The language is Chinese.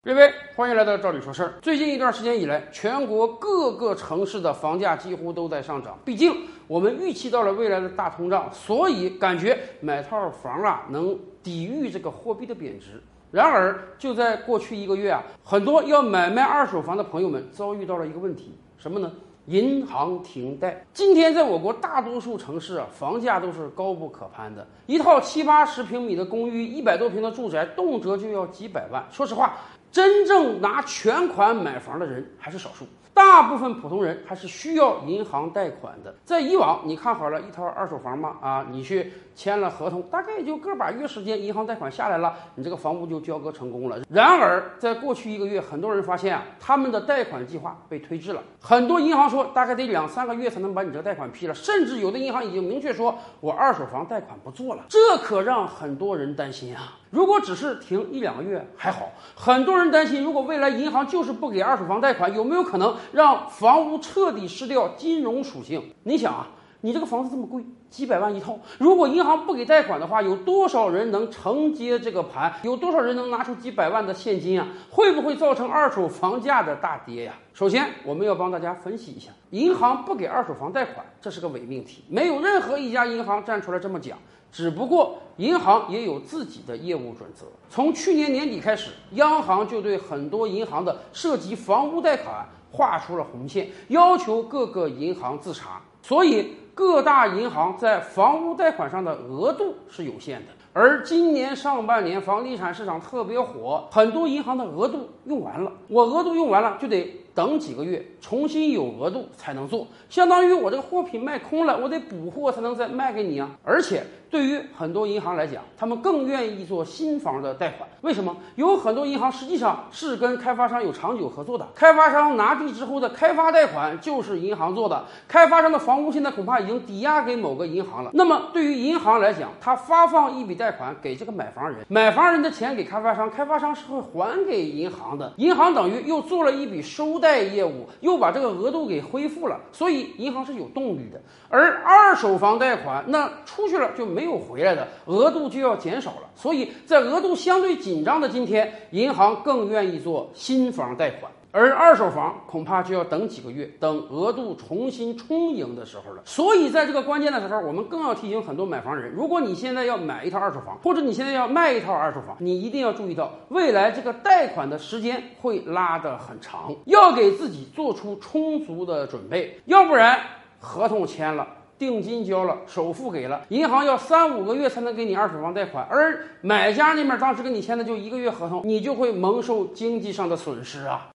各位，欢迎来到赵理说事儿。最近一段时间以来，全国各个城市的房价几乎都在上涨。毕竟我们预期到了未来的大通胀，所以感觉买套房能抵御这个货币的贬值。然而，就在过去一个月很多要买卖二手房的朋友们遭遇到了一个问题，什么呢？银行停贷。今天在我国大多数城市房价都是高不可攀的，一套70-80平米的公寓，100多平的住宅，动辄就要几百万。说实话，真正拿全款买房的人还是少数，大部分普通人还是需要银行贷款的。在以往，你看好了一套二手房吗？你去签了合同，大概也就个把月时间，银行贷款下来了，你这个房屋就交割成功了。然而，在过去一个月，很多人发现他们的贷款计划被推迟了。很多银行说，大概得2-3个月才能把你这个贷款批了，甚至有的银行已经明确说，我二手房贷款不做了。这可让很多人担心啊。如果只是停1-2个月还好，很多人担心，如果未来银行就是不给二手房贷款，有没有可能让房屋彻底失掉金融属性？你想你这个房子这么贵，几百万一套，如果银行不给贷款的话，有多少人能承接这个盘？有多少人能拿出几百万的现金会不会造成二手房价的大跌呀？首先，我们要帮大家分析一下，银行不给二手房贷款，这是个伪命题，没有任何一家银行站出来这么讲。只不过银行也有自己的业务准则。从去年年底开始，央行就对很多银行的涉及房屋贷款画出了红线，要求各个银行自查。所以各大银行在房屋贷款上的额度是有限的。而今年上半年房地产市场特别火，很多银行的额度用完了，我额度用完了就得等几个月重新有额度才能做，相当于我这个货品卖空了，我得补货才能再卖给你而且对于很多银行来讲，他们更愿意做新房的贷款。为什么？有很多银行实际上是跟开发商有长久合作的，开发商拿地之后的开发贷款就是银行做的，开发商的房屋现在恐怕已经抵押给某个银行了。那么对于银行来讲，他发放一笔贷款给这个买房人，买房人的钱给开发商，开发商是会还给银行的，银行等于又做了一笔收贷业务，又把这个额度给恢复了，所以银行是有动力的。而二手房贷款那出去了就没有回来的，额度就要减少了，所以在额度相对紧张的今天，银行更愿意做新房贷款。而二手房恐怕就要等几个月，等额度重新充盈的时候了。所以在这个关键的时候，我们更要提醒很多买房人，如果你现在要买一套二手房，或者你现在要卖一套二手房，你一定要注意到未来这个贷款的时间会拉得很长，要给自己做出充足的准备，要不然合同签了，定金交了，首付给了，银行要3-5个月才能给你二手房贷款，而买家那边当时跟你签的就1个月合同，你就会蒙受经济上的损失